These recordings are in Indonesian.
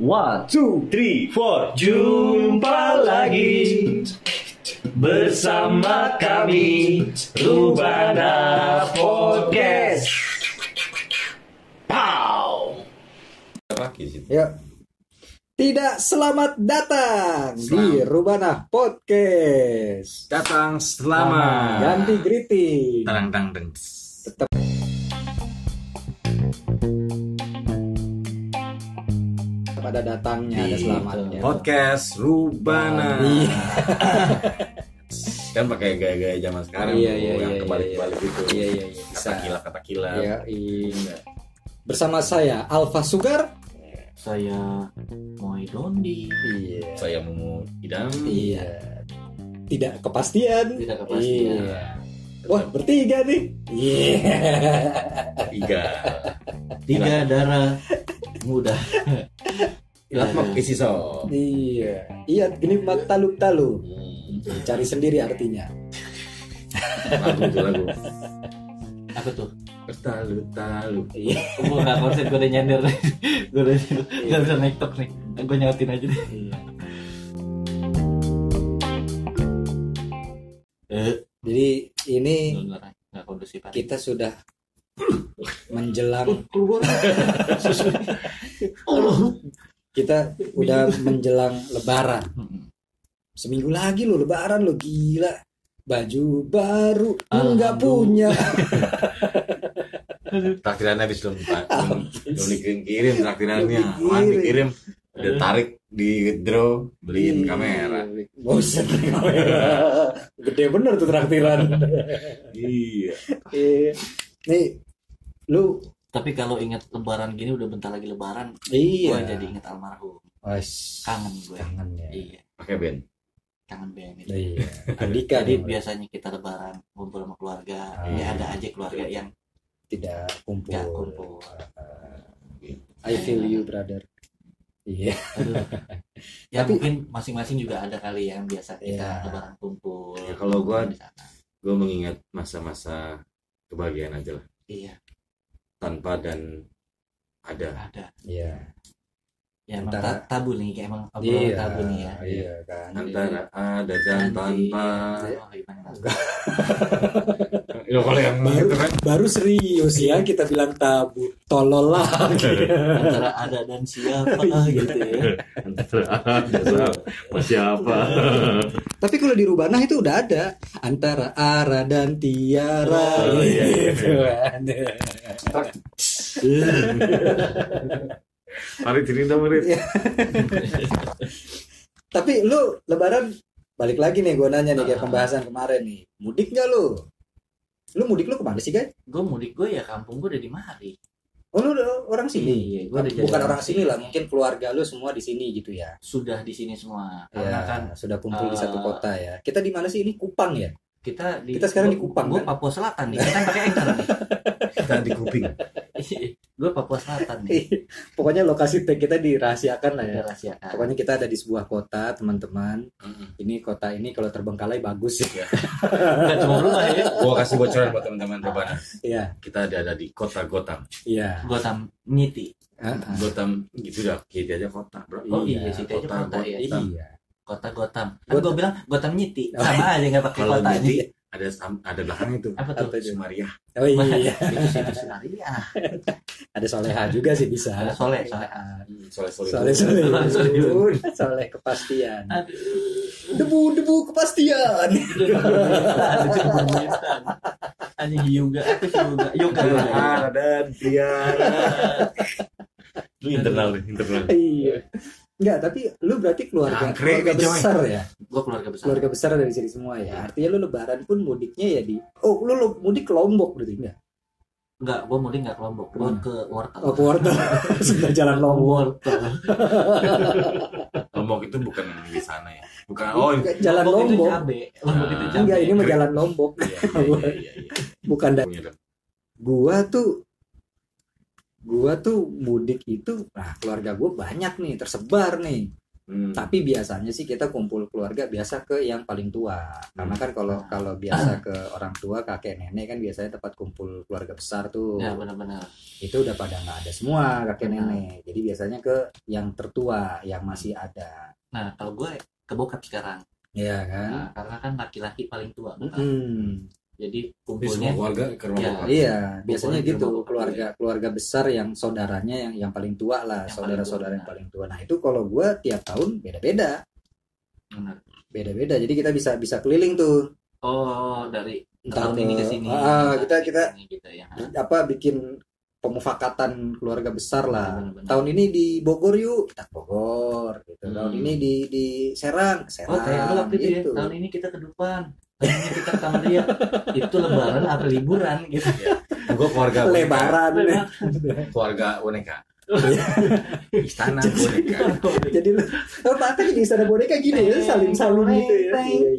One, two, three, four. Jumpa lagi bersama kami Rubana Podcast. Pow. Ya. Tidak selamat datang di Rubana Podcast. Datang selamat. Ganti greeting. Tang. Tetap pada datangnya ada selamatnya. Podcast Rubana. Iya. Kan pakai gaya-gaya zaman sekarang yang kebalik-balik itu. Iya. Kata kila. Iya. Bersama saya Alfa Sugar. Saya Moi Dondi. Iya. Saya Mumu Idam. Iya. Tidak kepastian. Iya. Wah, bertiga nih. Iya. Tiga darah muda. Ilatmak isi so. Iya. Iya, gini mak taluk-taluk. Cari sendiri artinya. Lagu. Apa tuh? Bertalu-talu. Iya. Gue gak konsen, gue udah nyender. Gue udah gak bisa naik tok nih. Gue nyautin aja deh. Jadi ini Gak kondusif. kita sudah menjelang kita udah menjelang Lebaran. Seminggu lagi lo Lebaran lo, gila. Baju baru nggak punya. Traktirannya habis belum dikirim traktirannya. Dikirim udah tarik di draw beliin kamera. Bosan kamera. Gede bener tuh traktiran. Iya. Nih lu Tapi kalau ingat Lebaran gini, udah bentar lagi Lebaran, iya. gue jadi inget almarhum. Kangen gue. Kangen ya. Iya, Pakai band. kangen band itu. Iya. Andika Jadi nih, biasanya kita Lebaran kumpul sama keluarga. Ah. Ya ada aja keluarga yang tidak kumpul. gak kumpul. I feel you brother. Iya. Aduh. Ya Tapi- mungkin masing-masing juga ada kali yang biasa kita Iya. Lebaran kumpul. Ya, kalau gua- di sana. Gue mengingat masa-masa kebahagiaan aja lah. Iya, Tanpa dan ada. ada. Iya. Ya emang Antara- tabu nih, kayak emang obrolan tabu nih ya. Iya kan. Antara ada dan Nanti- tanpa. Oh, gimana? Ya, kalau yang gitu kan. Baru serius ya kita bilang tabu. Tolol lagi. Antara ada dan siapa gitu ya. Siapa? Tapi kalau di Rubanah itu udah ada antara Ara dan Tiara. Oh, iya. Gitu kan. Mari sini dong, Mari. Tapi lu Lebaran balik lagi nih, gue nanya nih kayak pembahasan kemarin nih. Mudik nggak lu? Lu mudik lu kemana sih, guys? Gue mudik, gue ya kampung gue udah di Mari. Oh, lu orang sini? Iya, gue udah jadi Bukan orang sini lah, mungkin keluarga lu semua di sini gitu ya. Sudah di sini semua. Karena Ya, kan sudah kumpul di satu kota ya. Kita di mana sih ini? Kupang ya? kita Sekarang di Kupang, Gue kan? Papua Selatan nih. Kita kan pakai anchor nih. Kita di kuping. Gue Papua Selatan nih. Pokoknya lokasi tag kita dirahasiakan lah ya. Ada rahasia kan. Pokoknya kita ada di sebuah kota, teman-teman. Ini kota ini kalau terbengkalai bagus ya. Bukan cuma rumah ya. Gua kasih bocoran buat teman-teman Rebana. Iya, Kita ada di kota Gotham. iya. Gotham Nyiti. Gotham gitu dah, gitu aja kota, bro. Oh iya, situ aja kota ya. Iya. Kota Gotham. Kan gue bilang Gotham Nyiti. Sama aja nggak pakai Kalau kotanya. nanti ada belakang itu. Apa tuh? Apa itu? Sumaria. Oh iya. Itu situ Sunaria. Ada Soleha juga sih bisa. Ada Soleh. Soleh. Soleh kepastian. Aduh. Debu kepastian. Anjing yoga apa sih yoga? Ada dan Tiara. Lu internal. Iya. Enggak, tapi lu berarti keluarga Jangkrik, coy. besar ya. Gue keluarga besar. Keluarga besar dari sini semua ya. Artinya lu Lebaran pun mudiknya ya di. Oh, lu mudik ke Lombok berarti enggak? Enggak, gue mudik nggak ke Lombok. Gue ke Wortel. Oh, ke Wortel. Sebelah jalan Lombok. Wortel. Lombok itu bukan di sana ya. Bukan. Oh, Jalan Lombok itu Lombok. cabe. Lombok itu cabe. Enggak, ini mah jalan Lombok. iya. Bukan dari Punya dong. gua tuh mudik itu, nah keluarga gua banyak nih tersebar nih. Tapi biasanya sih kita kumpul keluarga biasa ke yang paling tua. Karena kan kalau biasa ke orang tua, kakek nenek kan biasanya tempat kumpul keluarga besar tuh. Ya benar-benar. Itu udah pada nggak ada semua kakek nenek. Jadi biasanya ke yang tertua yang masih ada. Nah kalau gue ke bokap sekarang. Iya kan? Nah, karena kan laki-laki paling tua. Jadi Semua kumpulnya keluarga ke rumah bokap. Iya, biasanya Kumpulnya di gitu. rumah bokap, Keluarga besar yang saudaranya yang paling tua lah, Yang saudara-saudara paling yang paling tua. Nah, itu kalau gua tiap tahun beda-beda. Benar. Beda-beda. Jadi kita bisa keliling tuh. Oh, dari Entah tahun ini ke sini. kita Gitu ya. bikin pemufakatan keluarga besar lah. Benar-benar. Tahun ini di Bogor yuk, kita ke Bogor gitu. Tahun ini di Serang, ke Oh, kayak lu Serang waktu itu ya. gitu. Tahun ini kita ke Dufan. Tahun ini kita ke Taman Itu lebaran atau liburan gitu. Gue keluarga Lebaran. keluarga boneka. Istana boneka. Jadi lu makanya di istana boneka gini ya, saling-saling gitu ya.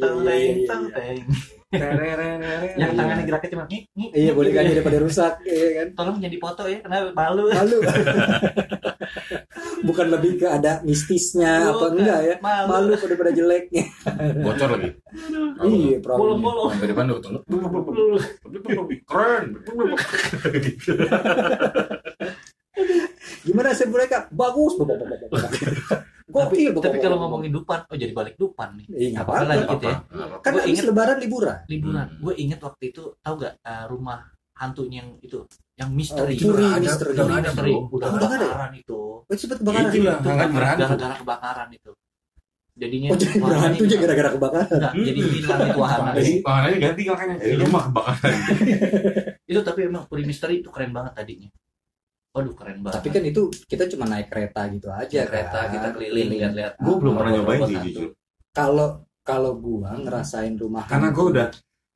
Yang tangannya geraknya cuma Iya, bonekanya daripada rusak, iya kan. Tolong jadi foto ya, karena malu. Malu. Bukan lebih ke ada mistisnya apa enggak ya? Malu daripada jeleknya. Bocor lagi. Iya, problemnya. Bolong-bolong. Sampai depan udah keren. Gimana sih boneka? Bagus. Gokil. Tapi kalau ngomongin Dufan, oh jadi balik Dufan nih. Iya, nggak apa-apa. Apa lagi gitu ya? Kan Gua habis inget- lebaran liburan. Liburan. Gue inget waktu itu, tahu gak rumah hantunya yang itu, yang misteri. Oh, Puri Udah ada, misteri. udah ada, Misteri. bro. Udah Udah ada ya? kebakaran itu. Oh, cepet kebakaran. Itu lah. Itu Hangat berhantu. gara-gara kebakaran itu. Jadinya Oh, jadi warnanya berhantu aja hilang. gara-gara kebakaran. Enggak, jadi hilang itu wahananya. Jadi wahananya ganti makanya. Jadi rumah kebakaran. Itu tapi emang Puri Misteri itu keren banget tadinya. Waduh, keren banget. Tapi kan itu kita cuma naik kereta gitu aja. kereta kan. kita keliling lihat-lihat. Gue belum pernah nyobain robot sih hantu. jujur. Kalau gua ngerasain rumah Karena hantu, gue udah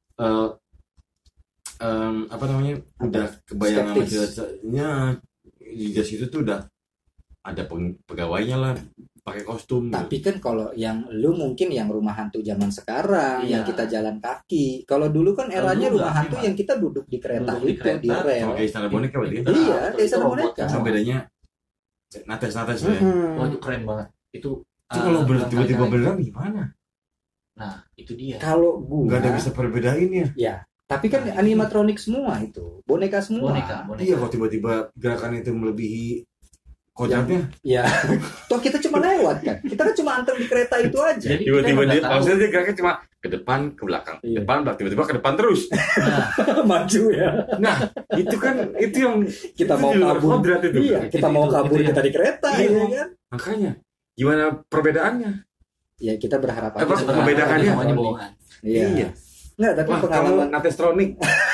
apa namanya, udah kebayang sama Skeptis. ceritanya di jas itu tuh udah ada pegawainya lah pakai kostum. tapi kan kalau yang lu mungkin yang rumah hantu zaman sekarang Iya. yang kita jalan kaki. Kalau dulu kan Kalau eranya dulu rumah nggak, hantu Mas. yang kita duduk di kereta Duduk di itu kereta. di rel. Sama kayak istana boneka berarti. Iya, Betul, kayak istana itu boneka. robotnya. Cuma bedanya nates ya. Wah, itu keren banget. Itu Itu kalau tiba-tiba kali-kali. beneran gimana? Nah, itu dia. Kalau gua Nggak ada bisa perbedain ya. ya, tapi kan Nah, itu. animatronik semua itu, boneka semua. Boneka. Iya, kalau tiba-tiba gerakan itu melebihi kodratnya. Ya, toh kita cuma lewat kan. Kita kan cuma antar di kereta itu aja. Jadi Tiba-tiba kita dia, nggak tahu. maksudnya dia geraknya cuma ke depan, ke belakang, Iya. depan, belakang, tiba-tiba ke depan terus. Nah, Maju ya. Nah, itu kan itu yang Kita itu mau di luar kabur. kodrat itu. Iya, kita mau Itu kabur yang- kita di kereta Iya. ya kan. Makanya gimana perbedaannya? Ya kita berharap Apa aja sebenarnya membedakannya? semuanya bohongan. Iya. Nggak, tapi Wah, kalau pengalaman natestronic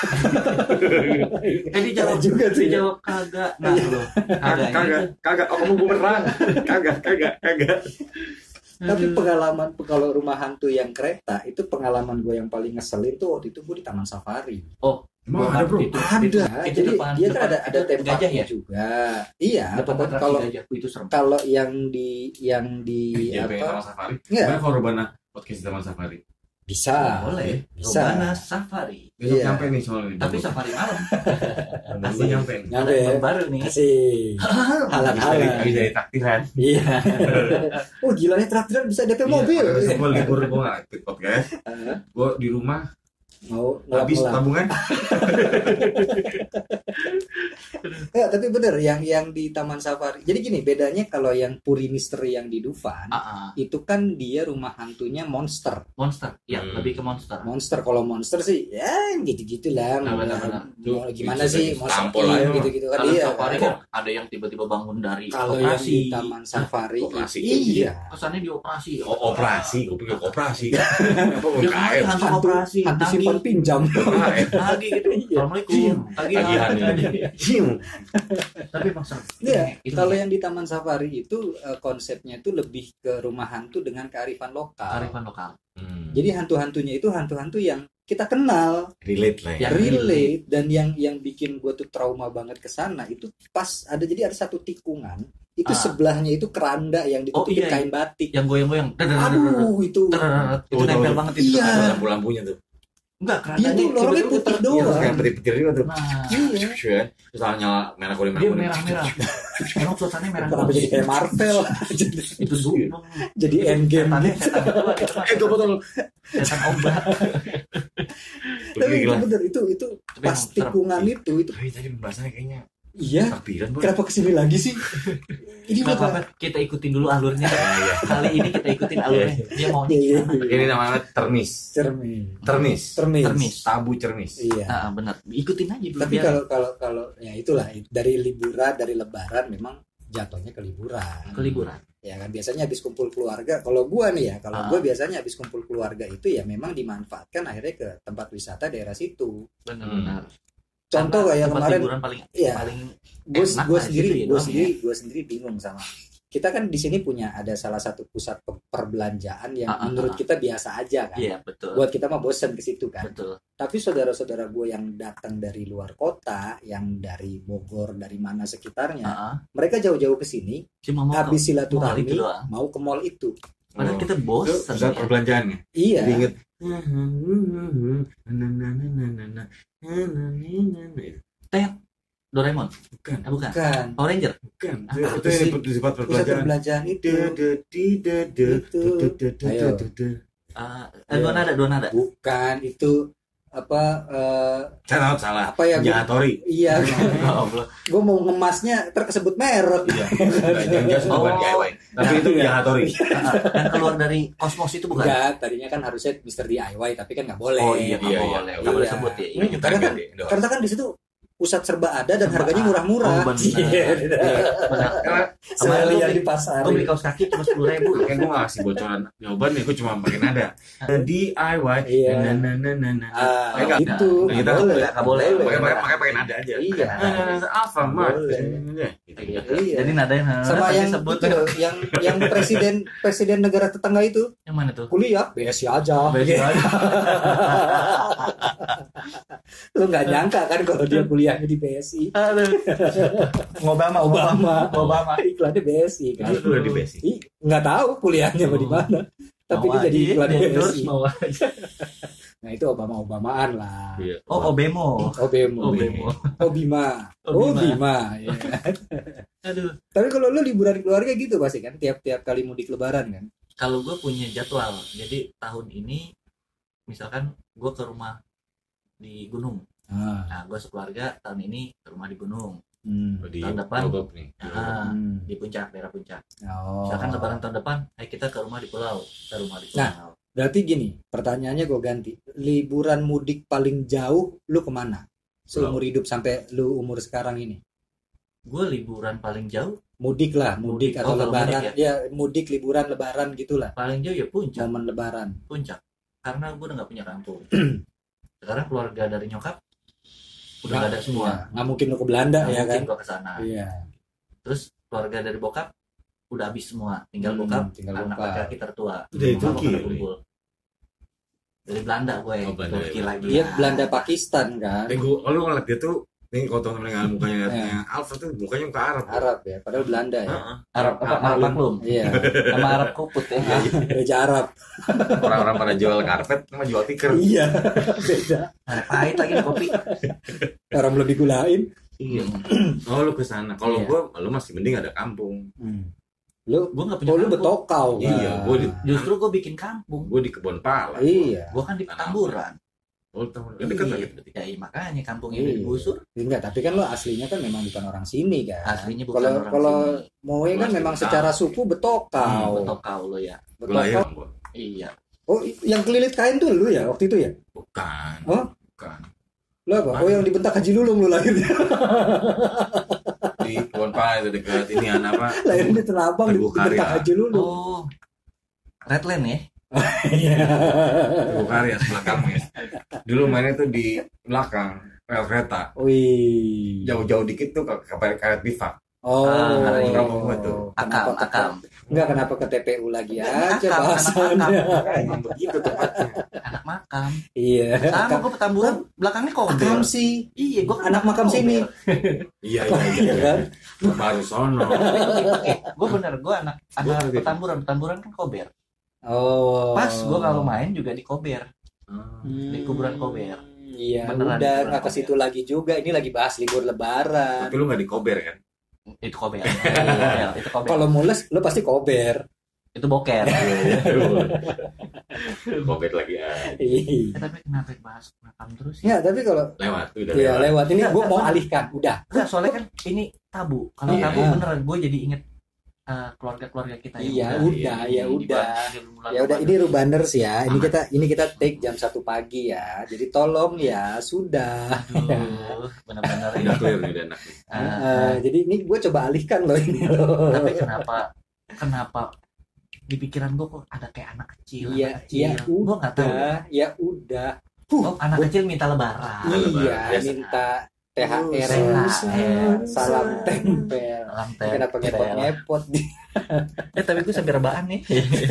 Dia Salah juga sih. Dia jawab kagak. Nah, loh. kagak, oh kamu bumerang. Kagak. Tapi pengalaman kalau rumah hantu yang kereta itu pengalaman gue yang paling ngeselin tuh waktu itu gue di Taman Safari. Emang ada, bro? Itu Jadi depan- dia kan depan- ada itu gajah tempatnya ya? juga. Iya, Depan pokoknya atraksi kalau gajah. Itu serem. kalau yang di Iya, pengen Taman apa? Safari. Enggak, Gimana kalau Robana podcast di Taman Safari? bisa. Boleh. Bisa. Robana Safari. Besok Iya. nyampe nih soalnya. Tapi safari malam. Gue nyampe nih. Nyampe Ada ya. yang baru nih. Kasih halang-halang. Habis dari taktiran. Iya. Oh gila ya, traktiran bisa DP mobil. Iya, gue libur, gue nggak ikut podcast. Ah, Gue di rumah mau habis ngelap-ngelap. tabungan. Ya, tapi bener yang di Taman Safari. Jadi gini, bedanya kalau yang Puri Misteri yang di Dufan, itu kan dia rumah hantunya monster. Monster. Ya, lebih ke monster. Monster kalau monster sih ya gitu-gitu lah. Nah, benar-benar. Mau gimana Itu sih jadi monster tampol aja. gitu-gitu kan Kalau iya. safari kan. kan ada yang tiba-tiba bangun dari Kalau yang operasi. di Taman Safari Operasi. iya. Kesannya di operasi. Oh, operasi, gue pikir operasi. Apa Dia UKM? hantu Hantu operasi. hantu simpan pinjam. Nagih gitu. Iya. Assalamualaikum. Tagihan ini. Cium. Tapi emang serem. Iya, Itu kalau yang di Taman Safari itu konsepnya itu lebih ke rumah hantu dengan kearifan lokal. kearifan lokal. Jadi hantu-hantunya itu hantu-hantu yang kita kenal, Relate lah ya. Ya. relate, dan yang bikin gue tuh trauma banget ke sana itu pas ada satu tikungan itu sebelahnya itu keranda yang ditutupin iya, kain batik. Yang goyang-goyang. Aduh itu Itu nempel banget itu. Iya. Lampu-lampunya tuh. Enggak, Dia tuh lorongnya putih doang. Kayak petir-petir juga tuh. Nah, Iya. Terus nyala merah kuning dia merah-merah. Emang suasananya merah. Kenapa jadi kayak Marvel? Itu dulu. Jadi Endgame. Setan gue betul. setan obat. Tapi itu bener, itu pas tikungan itu. Tapi tadi pembahasannya kayaknya Iya. takbiran, Kenapa kesini lagi sih? Ini Nggak apa-apa, kita ikutin dulu alurnya. Kali ini kita ikutin alurnya. Dia maunya gimana? Ini namanya termis. Termis. Tabu cermis. Iya. Benar. Ikutin aja dulu. Tapi kalau ya itulah dari liburan, dari lebaran memang jatuhnya ke liburan. Ya kan biasanya habis kumpul keluarga. Kalau gua nih ya, gua biasanya habis kumpul keluarga itu ya memang dimanfaatkan akhirnya ke tempat wisata daerah situ. Benar. Contoh kayak kemarin paling gue sendiri bingung sama. Kita kan di sini ada salah satu pusat perbelanjaan yang menurut kita biasa aja kan. Iya, betul. Buat kita mah bosan ke situ kan. Betul. Tapi saudara-saudara gue yang datang dari luar kota, yang dari Bogor, dari mana sekitarnya, mereka jauh-jauh ke sini, habis silaturahmi mau ke mall itu. Padahal kita bosan. Pusat perbelanjaannya. Iya. Ingat. Doraemon? Bukan. Power Ranger? Bukan. Apa Itu sih? pusat Pusat perbelanjaan itu. Ayo. Dua nada. Bukan, itu apa salah. Apa ya? Jatori. Iya. Allah. Gue mau ngemasnya terkesebut merek. Iya. Yang jas bukan DIY. Tapi itu Jatori. Dan keluar dari kosmos itu bukan? Enggak, tadinya kan harusnya Mr. DIY tapi kan nggak boleh. Oh iya, nggak boleh. Nggak boleh sebut ya. Ini Karena kan di situ pusat serba ada dan harganya murah-murah. Oh, benar. Saya lihat di pasar. Gue beli kaos kaki cuma 10.000. Kayak gue ngasih bocoran jawaban nih, gue cuma pakai nada. DIY. Iya. Itu Kita nggak boleh. pakai nada aja. Iya. Alfamart. Iya. Jadi nadanya Sama yang sebut itu, yang presiden negara tetangga itu yang mana tuh? kuliah BSI aja. Lu nggak nyangka kan kalau dia kuliahnya di BSI. Obama iklannya BSI kan. Itu udah di BSI. Nggak tahu kuliahnya di mana. Tapi dia jadi iklan di BSI. Nah itu Obamaan lah. Oh, Obemo. Obima. Ya. Aduh. Tapi kalau lu liburan keluarga gitu pasti kan tiap kali mudik lebaran kan. Kalau gue punya jadwal, jadi tahun ini misalkan gue ke rumah di gunung. Nah, gue sekeluarga tahun ini ke rumah di gunung. Tahun depan di puncak, daerah puncak. Misalkan lebaran tahun depan, kita ke rumah di pulau. Nah, berarti gini, pertanyaannya gue ganti. Liburan mudik paling jauh lu kemana? Seumur hidup sampai lu umur sekarang ini? Gue liburan paling jauh mudik atau lebaran ya mudik liburan lebaran gitulah. Paling jauh ya puncak. Momen lebaran. Puncak. Karena gue udah nggak punya kampung. Sekarang keluarga dari nyokap udah nggak ada semua. Nggak mungkin lu ke Belanda ya kan? Mungkin gue kesana. Iya. Terus keluarga dari bokap udah habis semua. Tinggal bokap, anak laki-laki tertua. Dari Turki. Dari Belanda gue. Turki lagi. Iya Belanda Pakistan kan. Lu ngeliat dia tuh. Ini kalau teman-teman mukanya Alfa tuh mukanya muka Arab. Arab ya, padahal Belanda ya. Arab maklum. Iya. Sama Arab kuput ya. Gereja Arab. Orang-orang pada jual karpet sama jual tikar. Iya. Beda. Pahit lagi kopi. Orang lebih gulain. Iya. Oh lu kesana. Kalau gua lu masih mending ada kampung. Lu gua nggak punya. Lu betokau. Iya. Justru gua bikin kampung. Gua di Kebon Pala. Iya. Gua kan di Petamburan. Oh, dekat lagi berarti. Ya, makanya kampungnya digusur. Enggak, tapi kan lo aslinya kan memang bukan orang sini kan. Aslinya bukan orang sini. Kalau Moe kan memang secara suku betokau. Betokau lo ya. Betokau. Iya. Oh, yang kelilit kain tuh lu ya waktu itu ya? Bukan. Oh? Bukan. Lo apa? Oh, yang dibentak Haji Lulung lu lahirnya. Di Kebon Pala itu dekat ini apa? Lahirnya Tenabang dibentak Haji Lulung. Oh. Redland ya? Teguh Karya sebelah kamu ya. Dulu mainnya tuh di belakang rel kereta. Wih. Jauh-jauh dikit tuh ke karet bifak. Oh. Akam. Enggak kenapa ke TPU lagi aja bahasannya. Emang begitu tempatnya. Anak makam. Iya. Sama gue Petamburan belakangnya Kober. Makam sih. Iya, gue anak makam sini. Iya kan. Baru sono. Gue bener, gue anak Petamburan kan Kober. Oh. Pas gue kalau main juga di Kober. Di kuburan Kober. Iya, beneran, udah nggak ke situ lagi juga. Ini lagi bahas libur Lebaran. Tapi lu nggak di Kober kan? Itu Kober. Itu Kober. Kalau mules, lu pasti Kober. Itu boker. Kober lagi Tapi kenapa bahas makam terus? Ya, tapi kalau lewat. Iya, lewat. Ini gue mau alihkan. Udah. Enggak, soalnya kan ini tabu. Kalau tabu beneran gue jadi inget keluarga kita ya udah. Ya udah, ini Rubanders ya. Ini kita take jam 1 pagi ya. Jadi tolong ya, sudah. Benar-benar udah clear nih dan jadi ini gue coba alihkan loh ini loh. Tapi kenapa di pikiran gue kok ada kayak anak kecil? Iya, gue nggak tahu. Ya udah. Anak kecil minta lebaran. Iya, minta THR, salam tempel. Kenapa ngepot-ngepot? Tapi gue sampai rebahan nih.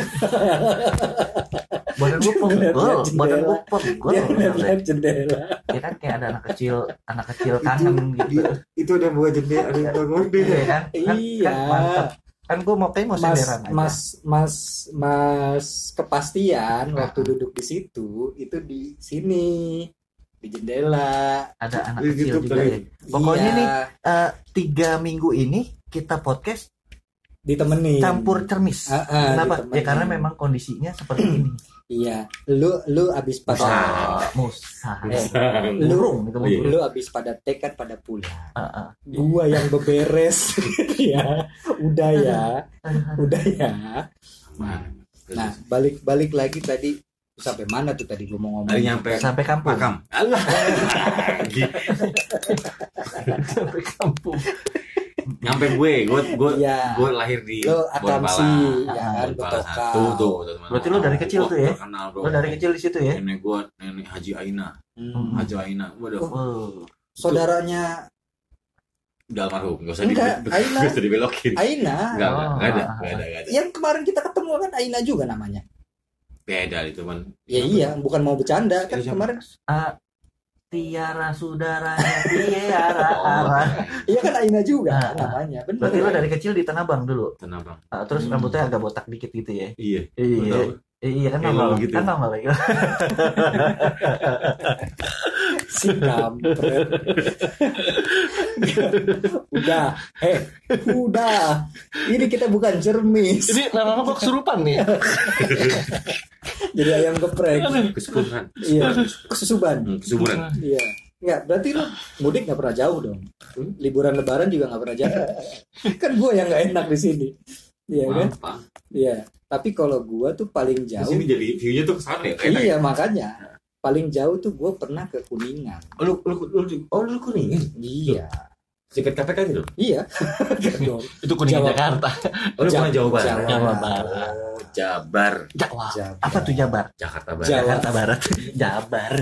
Badan gue pegel. Lihat jendela. Ya kan kayak ada anak kecil kangen gitu. Itu udah buat jendela, ada yang bangun deh. Iya. Mantap. Kan gue mau senderan aja. Mas kepastian waktu duduk di situ itu di sini. Di jendela ada anak kecil juga ya. Pokoknya nih 3 minggu ini kita podcast ditemenin campur cermis. Kenapa? Ya karena memang kondisinya seperti ini. Iya, lu abis pada lu abis pada tekad pada pulang. Gua yang beberes. Ya, udah ya. Nah, balik lagi tadi. Sampai mana tuh tadi gue mau ngomong? Sampai kampung. Allah. Sampai kampung. Nyampe gue lahir di Atamsi, ya kan, Betoka. Berarti lo dari kecil tuh ya? Lo dari kecil di situ ya? Nenek Haji Aina. Haji Aina. Waduh. Saudaranya udah almarhum, nggak usah dibelokin. Aina. Nggak ada. Yang kemarin kita ketemu kan Aina juga namanya. Beda itu man. Iya, bukan mau bercanda kan kemarin. Tiara saudaranya Tiara. Iya kan Aina juga namanya. Benar. Berarti lo dari kecil di Tanah Abang dulu. Tanah Abang. Terus rambutnya agak botak dikit gitu ya. Iya kan normal gitu. Kan normal lagi. Si kampret. Udah. Ini kita bukan cermis. Ini lama-lama kok kesurupan nih. Jadi ayam geprek. Kesuburan. Iya, kesusuban. Iya. Enggak, berarti lu mudik enggak pernah jauh dong. Liburan lebaran juga enggak pernah jauh. Kan gue yang enggak enak di sini. Iya kan? Iya. Tapi kalau gue tuh paling jauh. Di sini jadi view-nya tuh kesana ya. Iya, makanya. Paling jauh tuh gue pernah ke Kuningan. Lu Kuningan? Iya. Dekat KPK gitu? Iya. Itu Kuningan Jakarta. Lu pernah Jawa Barat? Jawa Barat. Jabar. Apa tuh Jabar? Jakarta Barat. Jakarta Barat. Jabar.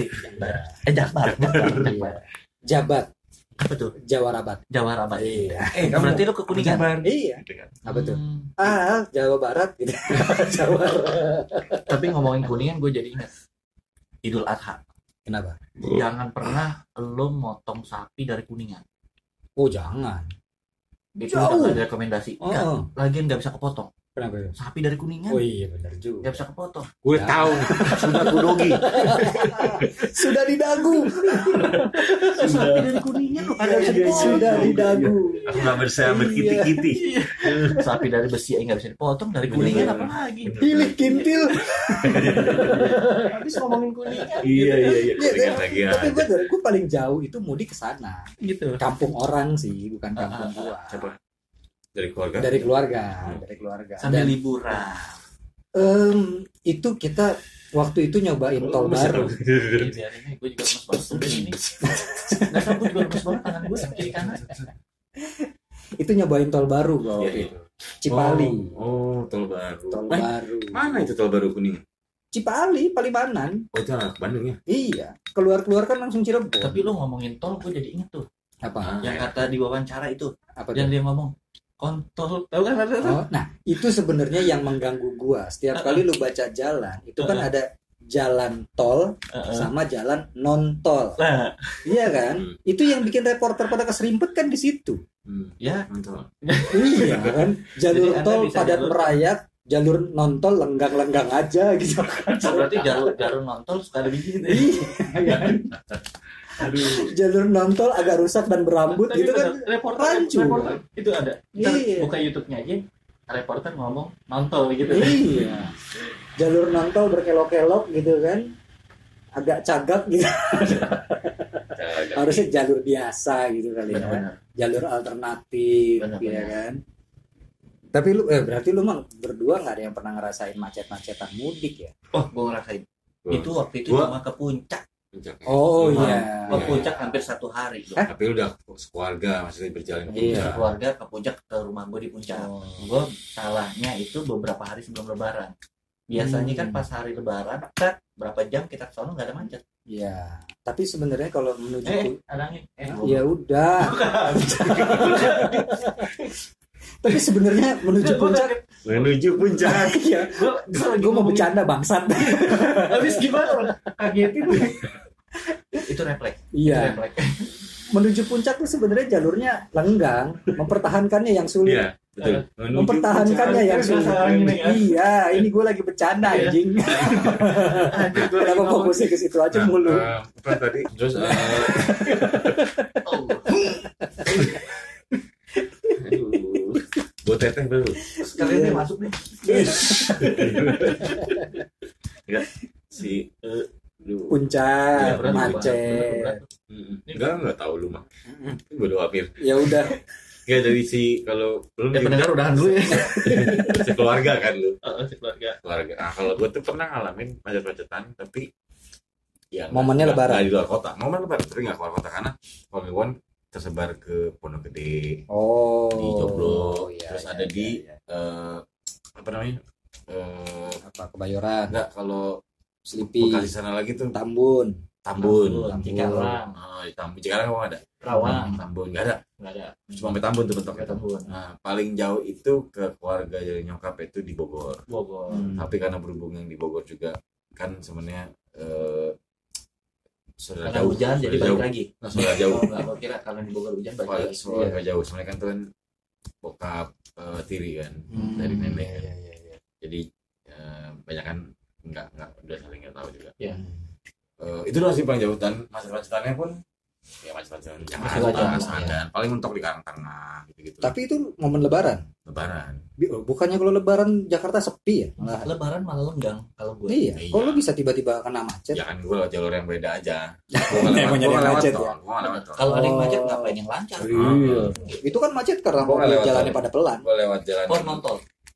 Jabat. Apa tuh? Jawa Rabat. Iya. Berarti lu ke Kuningan? Iya. Apa tuh? Jawa Barat gitu. Jawa. Tapi ngomongin Kuningan gue jadi ingat Idul Adha. Kenapa? Jangan pernah lo motong sapi dari Kuningan. Oh jangan. Itu udah ada rekomendasi. Lagian nggak bisa kepotong. Kenapa? Sapi dari Kuningan. Oh iya benar juga. Nggak bisa kepotong. Gue tahu. Sudah kudogi. Sudah didagu. Sapi dari Kuningan lo kagak bisa dipotong. Sudah didagu. Aku nggak bisa berkiti-kiti. Sapi dari besi nggak bisa dipotong, dari Kuningan apa lagi? Pilih kintil. Habis ngomongin Kuningan. Iya. Tapi bener, gue paling jauh itu mudik ke sana. Gitu. Kampung orang sih, bukan kampung gua. Coba. Dari keluarga. Sambil liburan. Itu kita waktu itu nyobain tol baru. Ini gue juga lemes banget ini. Nggak tahu, gue juga lemes banget tangan gue kiri kanan. Itu nyobain tol baru waktu itu. Cipali. Tol baru. Tol baru. Mana itu tol baru Kuningan? Cipali, Palimanan. Oh itu anak Bandung ya? Iya. Keluar kan langsung Cirebon. Tapi lo ngomongin tol, gue jadi inget tuh. Apa? Yang kata di wawancara itu. Apa yang dia ngomong kontol, tahu kan ada tuh? Nah itu sebenarnya yang mengganggu gua. Setiap kali lu baca jalan, itu kan ada jalan tol sama jalan non tol. Iya kan? Itu yang bikin reporter pada keserimpet kan di situ. Ya, betul. Iya kan? Jalur tol padat merayat, jalur nontol lenggang-lenggang aja gitu. Berarti jalur nontol suka ada biji gitu. Iya. Aduh. Jalur nontol agak rusak dan berambut gitu kan. Reporter itu ada. Iya. Buka YouTube-nya aja. Reporter ngomong nontol gitu. Iya. Jalur nontol berkelok-kelok gitu kan. Agak cagak gitu. Harusnya jalur biasa gitu kali ya. Jalur alternatif ya kan. Tapi lu berarti lu mah berdua nggak ada yang pernah ngerasain macet-macetan mudik ya? Oh, gua ngerasain. Itu waktu itu cuma ke puncak. Oh iya. Ke puncak hampir 1 hari. Tapi lu udah sekeluarga maksudnya berjalan ke puncak. Iya, keluarga ke puncak ke rumah gue di puncak. Gue salahnya itu beberapa hari sebelum lebaran. Biasanya kan pas hari lebaran, berapa jam kita ke sono nggak ada macet. Iya. Tapi sebenarnya kalau menuju ya udah. Tapi sebenarnya menuju puncak. Iya. Gue mau bercanda bangsat. Habis gimana? Kagetin. Itu refleks. Iya. Menuju puncak tuh sebenarnya jalurnya lenggang, mempertahankannya yang sulit. Iya, betul. Mempertahankannya yang sulit. Iya, ini gue lagi bercanda anjing. Kenapa fokusnya ke situ aja mulu? Apa tadi? Terus buat teteh dulu. Sekalian masuk nih. Ya, si puncak macet. Enggak tahu lu mah. Bodo amat. Ya udah. Ya dari si kalau belum pendengar udahan dulu ya. Sekeluarga kan lu. Keluarga. Nah, kalau gue tuh pernah ngalamin macet-macetan tapi ya momennya lebaran. Di luar kota. Momen lebaran tapi enggak keluar kota karena kawan-kawan tersebar ke Pondok Gede. Di Joglo. Terus ada di apa namanya? Kebayoran. Enggak, kalau Selipi. Bekasi sana lagi tuh Tambun. Cikarang. Di Tambun. Cikarang apa ada? Rawang. Tambun enggak ada. Cuma sampai Tambun tuh bentuknya. Nah, paling jauh itu ke keluarga dari nyokap itu di Bogor. Tapi karena berhubung yang di Bogor juga kan sebenarnya sudah jauh hujan jadi balik lagi. Sudah jauh. Enggak kira karena di Bogor hujan balik lagi. Sudah jauh. Sebenarnya kan tuh kan bokap tiri kan dari nenek. Jadi banyak kan enggak udah saling enggak tahu juga. Iya. Itu doang sih paling jauh dan macet-macetannya pun ya macet-macetan Jakarta paling mentok di Karangtengah gitu. Tapi itu momen lebaran. Bukannya kalau lebaran Jakarta sepi ya? Lebaran malah lenggang kalau gue. Iya. Kok lu bisa tiba-tiba kena macet? Ya kan gue jalur yang beda aja. Gue nyari macet ya. Kalau ada yang macet ngapain yang lancar? Iya. Itu kan macet karena jalannya pada pelan. Gue lewat jalan. Nonton.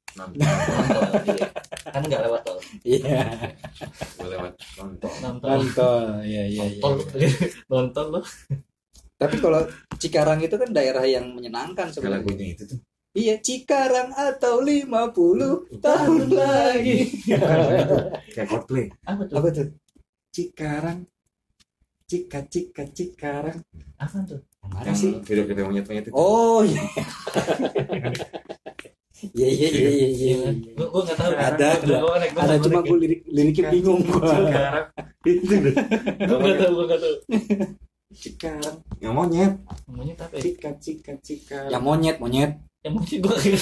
Kan nggak lewat tol. Iya. Gue lewat nonton. Iya. Nonton lo. Tapi kalau Cikarang itu kan daerah yang menyenangkan sebenarnya. Lagunya itu tuh. Iya, Cikarang atau 50 tahun lagi. Kayak Coldplay. Apa tuh? Cikarang. Cikarang. Apa tuh? Mana sih? Video klip monyet-monyet itu. Oh iya. Iya. Gue nggak tahu. Ada cuma gue liriknya bingung gue. Cikarang. Itu deh. Gue nggak tahu. Cikarang. Yang monyet. Monyet apa? Cikarang. Yang monyet. Yang monyet gue kira.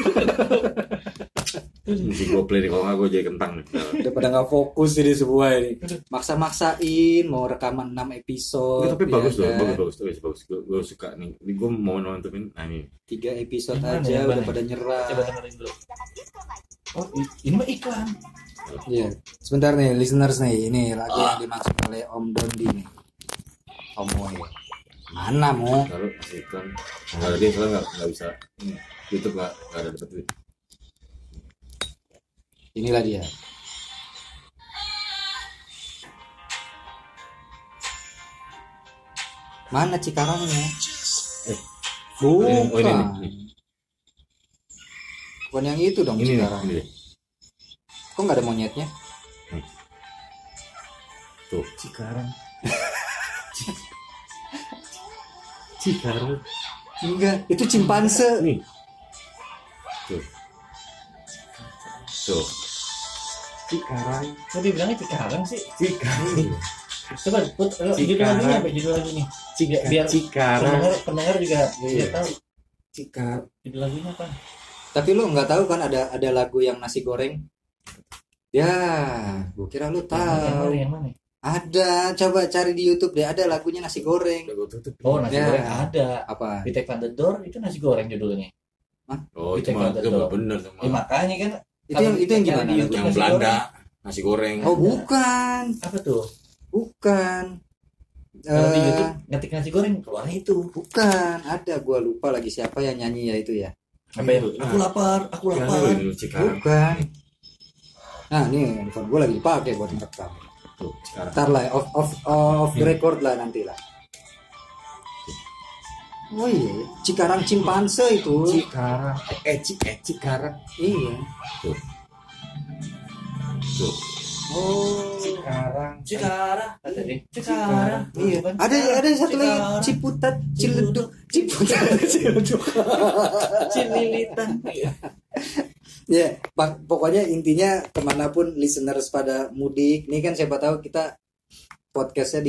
Musik gue play kalau nggak gue jadi kentang nih. Udah pada nggak fokus ini semua ini. Maksa-maksain mau rekaman 6 episode. Tapi bagus loh, bagus. Gue suka nih. Gue mau nontonin. Nah ini 3 episode aja udah pada nyerah. Coba dengerin dulu. Oh, ini mah iklan. Iya. Sebentar nih, listeners nih. Ini lagu yang dimaksud oleh Om Dondi nih. Om Woy. Mana mau? Lalu masih iklan. Kalau dia soalnya nggak bisa. YouTube nggak ada dapat duit. Inilah dia. Mana Cikarangnya? Bukan. Ini. Bukan yang itu dong Ini Cikarang. Ini. Kok nggak ada monyetnya? Tuh Cikarang. Enggak, itu cimpanse. Nih. Tuh. Cikarang. Kok dibilangnya Cikarang sih? Cikarang. Coba put judul lagunya apa judul lagu nih? Biar Cikarang. Pendengar juga biar tahu. Cikarang. Judul lagunya apa? Tapi lu nggak tahu kan ada lagu yang nasi goreng? Ya, gue kira lu tahu. Yang mana? Ada, coba cari di YouTube deh, ada lagunya nasi goreng. Oh, nasi goreng ada. Apa? Di Take Van the Door itu nasi goreng judulnya. Hah? Oh, itu bener sama. Ya, makanya kan itu yang gimana? Yang Belanda, nasi goreng. Oh, bukan. Apa tuh? Bukan. Kalau di YouTube ngetik nasi goreng keluarnya itu. Bukan, ada, gua lupa lagi siapa yang nyanyi ya itu ya. Apa ya? Aku lapar. Bukan. Nah, nih handphone gua lagi dipakai buat merekam. Tuh, ntar lah, off the record lah nanti lah. Oh iya, Cikarang Cimpanse itu. Cikarang, Cikarang. Iya. Tuh. Oh, Cikarang. Iya. Ada satu lagi Ciputat, Ciledug, Cililitan. Ya, pokoknya intinya kemanapun listeners pada mudik, ini kan siapa tahu kita podcastnya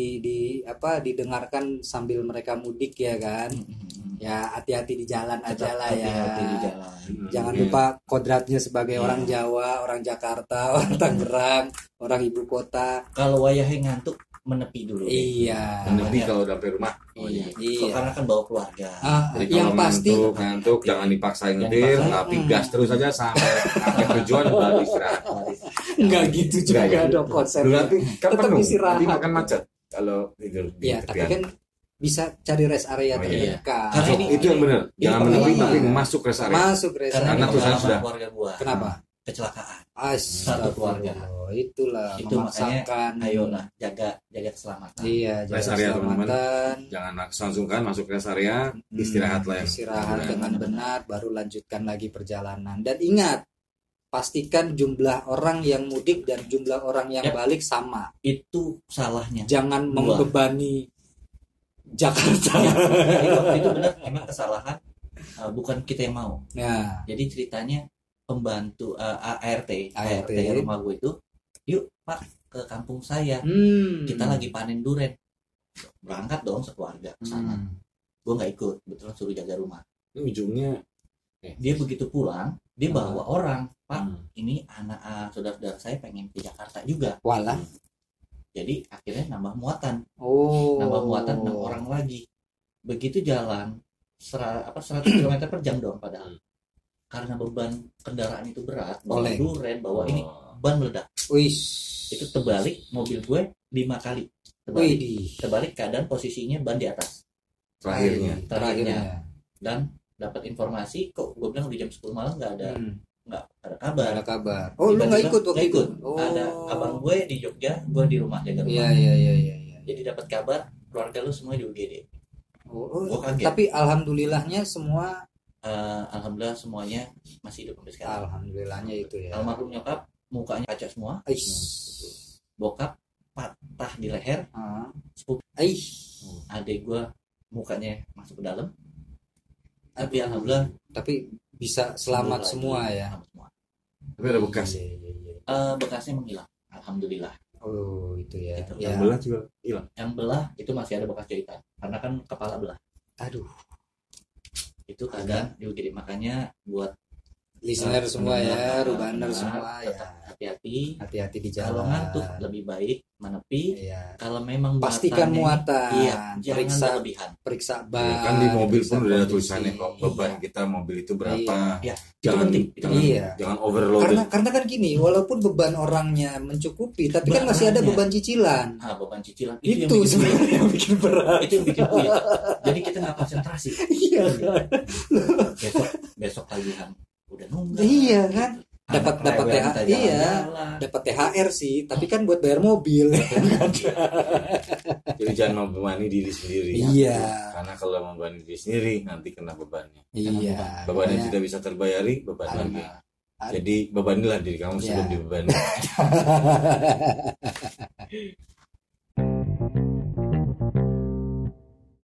didengarkan sambil mereka mudik ya kan. Ya hati-hati di jalan aja lah ya. Jangan lupa kodratnya sebagai orang Jawa, orang Jakarta, orang Tangerang, orang ibu kota. Kalau wayahe ngantuk menepi dulu. Iya. Menepi kalau udah sampai rumah. Iya. Karena kan bawa keluarga. Jadi yang pasti ngantuk jangan dipaksain nyetir, tapi gas terus aja sampai tujuan baru istirahat. Enggak gitu juga dong konsep. Berarti kan penuh. Istirahat. Nanti makan macet kalau tidur di tepian. Tapi kan bisa cari rest area terdekat. Karena itu yang benar. Jangan menepi tapi masuk rest area. Masuk rest area. Karena tulisan sudah. Kenapa? Kecelakaan. Satu keluarga. Itulah itu makanya ayolah jaga keselamatan. Iya, rest area teman-teman. Jangan langsung kan masuk rest area, istirahatlah yang istirahat dengan benar baru lanjutkan lagi perjalanan. Dan ingat, pastikan jumlah orang yang mudik dan jumlah orang yang balik sama. Itu salahnya. Jangan membebani Jakarta. Itu benar emang kesalahan bukan kita yang mau. Nah, jadi ceritanya pembantu ART rumah gue itu, yuk Pak ke kampung saya, kita lagi panen duren, berangkat dong sekeluarga ke sana. Gue nggak ikut, kebetulan suruh jaga rumah. Ujungnya dia begitu pulang, dia bawa orang, Pak ini anak saudara-saudara saya pengen ke Jakarta juga. Walah. Jadi akhirnya nambah muatan, 6 orang lagi. Begitu jalan 100 km per jam dong padahal. Karena beban kendaraan itu berat, bawa duren, bawa ini, ban meledak. Itu terbalik mobil gue 5 kali. Terbalik keadaan posisinya ban di atas. Terakhirnya. Dan dapat informasi kok gue bilang di jam 10 malam nggak ada kabar. Oh, lu nggak ikut waktu itu? Ada abang gue di Jogja, gue di rumah jaga rumah. Iya. Jadi dapat kabar keluarga lu semua di UGD. Gue kaget. Tapi alhamdulillahnya semua alhamdulillah semuanya masih hidup sampai sekarang. Alhamdulillahnya itu ya. Almarhum nyokap mukanya kaca semua. Bokap patah di leher. Adik gue mukanya masuk ke dalam. Tapi alhamdulillah. Tapi bisa selamat semua ya. Tapi ada bekas. Bekasnya menghilang. Alhamdulillah. Oh itu ya. Gitu. Yang belah juga hilang. Yang belah itu masih ada bekas jahitan. Karena kan kepala belah. Aduh. Itu keadaan diuji, makanya buat listener semua ya, rubaner semua ya, hati-hati di jalan. Kalau ngantuk lebih baik menepi. Kalau memang pastikan muatan, periksa ban. Kan di mobil pun udah ada tulisannya kok beban kita mobil itu berapa. Jangan jangan overload. Karena kan gini, walaupun beban orangnya mencukupi, tapi kan masih ada beban cicilan. Beban cicilan itu sebenarnya yang bikin berat. Itu yang bikin puyeng. Jadi kita nggak konsentrasi. Iya. Besok tagihan udah nunggak. Iya kan. Dapat THR sih, tapi kan buat bayar mobil. Jadi jangan membebani diri sendiri. Iya. Karena kalau membebani diri sendiri nanti kena bebannya. Iya. Beban yang tidak bisa terbayari, beban lagi. Jadi bebanilah diri kamu sebelum dibebani.